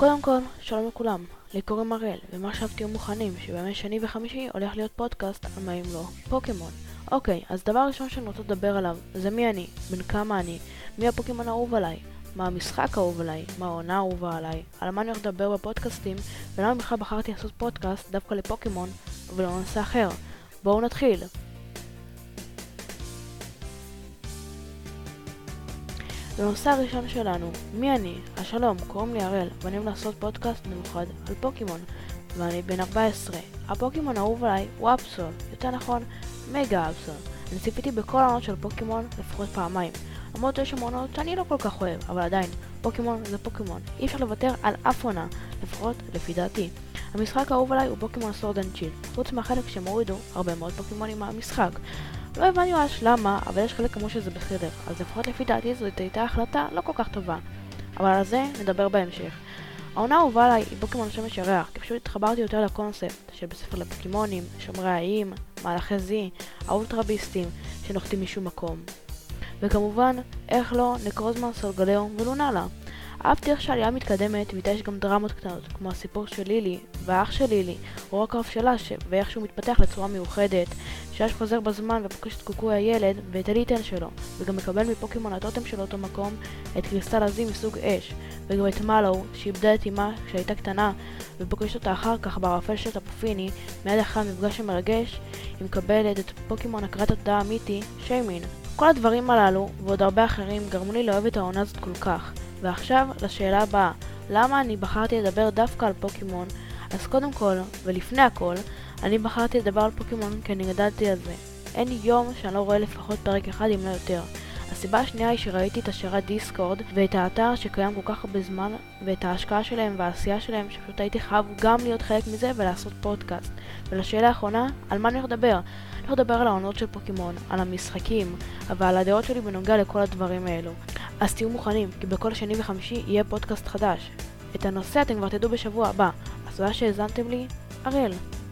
קודם כל, שלום לכולם, לי קוראים אריאל, ומה עכשיו תהיו מוכנים שבימי שני וחמישי הולך להיות פודקאסט על מה אם לא פוקימון. אוקיי, אז דבר ראשון שאני רוצה לדבר עליו זה מי אני, בין כמה אני, מי הפוקימון האהוב עליי, מה המשחק האהוב עליי, מה העונה האהובה עליי, על מה אני הולך לדבר בפודקאסטים, ולמה בכלל בחרתי לעשות פודקאסט דווקא לפוקימון ולא נושא אחר. בואו נתחיל. לנושא הראשון שלנו, מי אני? שלום, קוראים לי אריאל, ואני הולך לעשות פודקאסט מיוחד על פוקימון, ואני בן 14. הפוקימון האהוב עליי הוא אפסול, יותר נכון, מגה אפסול. אני ציפיתי בכל העונות של פוקימון לפחות פעמיים. למרות שיש עונות שאני לא כל כך אוהב, אבל עדיין, פוקימון זה פוקימון. אי אפשר לוותר על אף עונה, לפחות לפי דעתי. המשחק האהוב עליי הוא פוקימון סורד אנד שילד, חוץ מהחלק שמורידו הרבה מאוד פוקימונים מהמשחק. לא הבנתי ממש למה, אבל יש חלק כמו שזה בסדר, אז לפחות לפי דעתי זאת הייתה החלטה לא כל כך טובה. אבל על זה נדבר בהמשך. העונה האהובה עליי היא פוקימון שמש ירח, כי פשוט התחברתי יותר לקונספט של בספר לפוקימונים, שומרי האיים, מהלכי זי, האולטרביסטים שנוחתים משום מקום. וכמובן, איך לא, נקרוזמה, סולגלאו ולונאלה. אהבתי איך שהעלייה מתקדמת ואיתה יש גם דרמות קטנות, כמו הסיפור של לילי והאח של לילי, או רק הרב שלה ואיך שהוא מתפתח לצורה מיוחדת, שאש חוזר בזמן ופוגש את קוקוי הילד ואת הליטל שלו, וגם מקבל מפוקימון הטוטם של אותו מקום את קריסטל הזי מסוג אש, וגם את מלו שאיבדה את אמה כשהייתה קטנה ופוגשת אותה אחר כך בערפל של טפופיני. מיד אחרי המפגש המרגש היא מקבלת את פוקימון הקראת התודעה המיתי שיימין. כל הדברים הללו ועוד הרבה אחרים גרמו לי לאהוב את העונה הזאת כל כך. ועכשיו לשאלה הבאה, למה אני בחרתי לדבר דווקא על פוקימון? אז קודם כל, ולפני הכל, אני בחרתי לדבר על פוקימון כי אני גדלתי על זה. אין יום שאני לא רואה לפחות פרק אחד אם לא יותר. הסיבה השנייה היא שראיתי את השרת דיסקורד ואת האתר שקיים כל כך הרבה זמן, ואת ההשקעה שלהם והעשייה שלהם, שפשוט הייתי חייב גם להיות חלק מזה ולעשות פודקאסט. ולשאלה האחרונה, על מה אני הולך לדבר? אני הולך לדבר על העונות של פוקימון, על המשחקים, אבל הדעות שלי בנוגע לכל הדברים האלו. אז תהיו מוכנים, כי בכל שני וחמישי יהיה פודקאסט חדש. את הנושא אתם כבר תדעו בשבוע הבא, אז תודה שהאזנתם לי, אריאל.